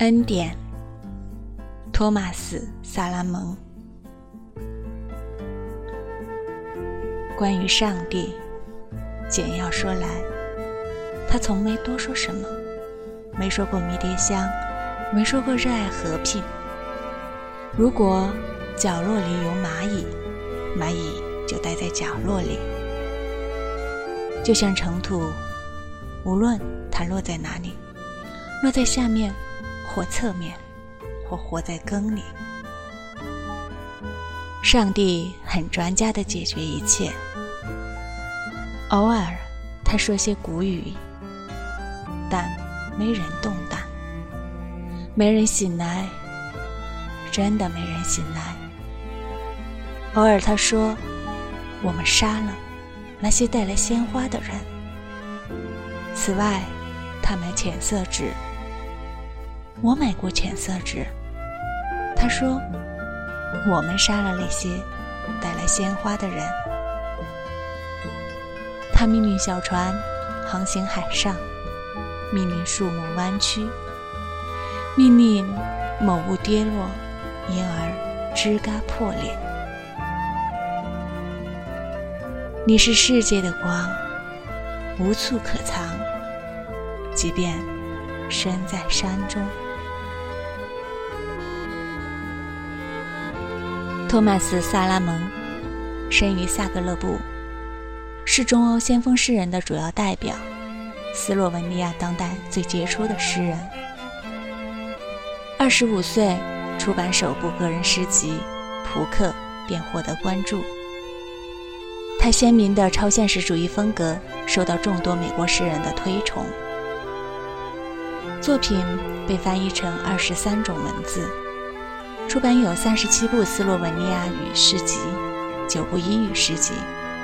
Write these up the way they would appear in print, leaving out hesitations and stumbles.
恩典，托马斯·萨拉蒙。关于上帝，简要说来，他从没多说什么，没说过迷迭香，没说过热爱和平。如果角落里有蚂蚁，蚂蚁就待在角落里，就像尘土，无论它落在哪里，落在下面或侧面，或活在根里。上帝很专家地解决一切，偶尔他说些古语，但没人动弹，没人醒来，真的没人醒来。偶尔他说，我们杀了那些带来鲜花的人。此外，他买浅色纸，我买过浅色纸。他说，我们杀了那些带来鲜花的人。他命令小船航行海上，命令树木弯曲，命令某物跌落，因而枝桠破裂。你是世界的光，无处可藏，即便身在山中。托马斯·萨拉蒙生于萨格勒布，是中欧先锋诗人的主要代表，斯洛文尼亚当代最杰出的诗人。25岁出版首部个人诗集《扑克》，便获得关注。他鲜明的超现实主义风格受到众多美国诗人的推崇，作品被翻译成23种文字，出版有37部斯洛文尼亚语诗集，9部英语诗集。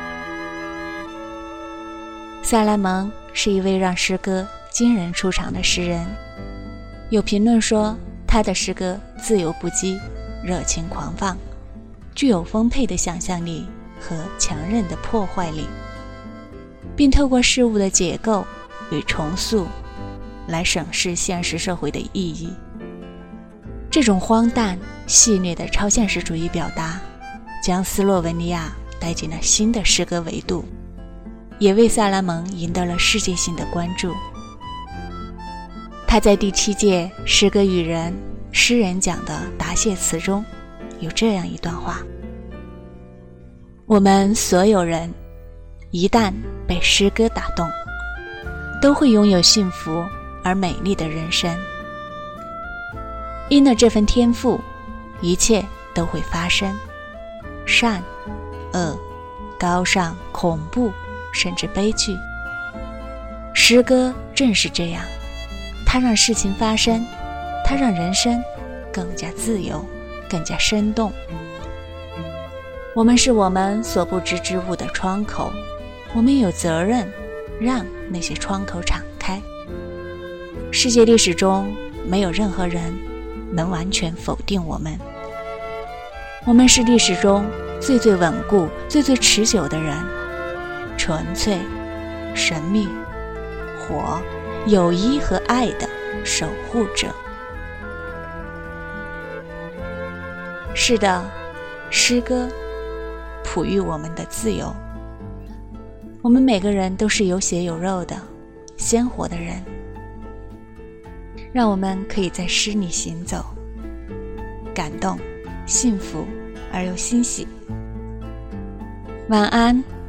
萨拉蒙是一位让诗歌惊人出场的诗人，有评论说他的诗歌自由不羁，热情狂放，具有丰沛的想象力和强韧的破坏力，并透过事物的解构与重塑来审视现实社会的意义。这种荒诞戏谑的超现实主义表达将斯洛文尼亚带进了新的诗歌维度，也为萨拉蒙赢得了世界性的关注。他在第7届诗歌与人诗人奖的答谢词中有这样一段话：我们所有人一旦被诗歌打动，都会拥有幸福而美丽的人生。因了这份天赋，一切都会发生，善、恶、高尚、恐怖，甚至悲剧。诗歌正是这样，它让事情发生，它让人生更加自由，更加生动。我们是我们所不知之物的窗口，我们有责任让那些窗口敞开。世界历史中没有任何人能完全否定我们，我们是历史中最稳固、最持久的人，纯粹、神秘、活、友谊和爱的守护者。是的，诗歌哺育我们的自由。我们每个人都是有血有肉的鲜活的人，让我们可以在诗里行走，感动、幸福而又欣喜。晚安。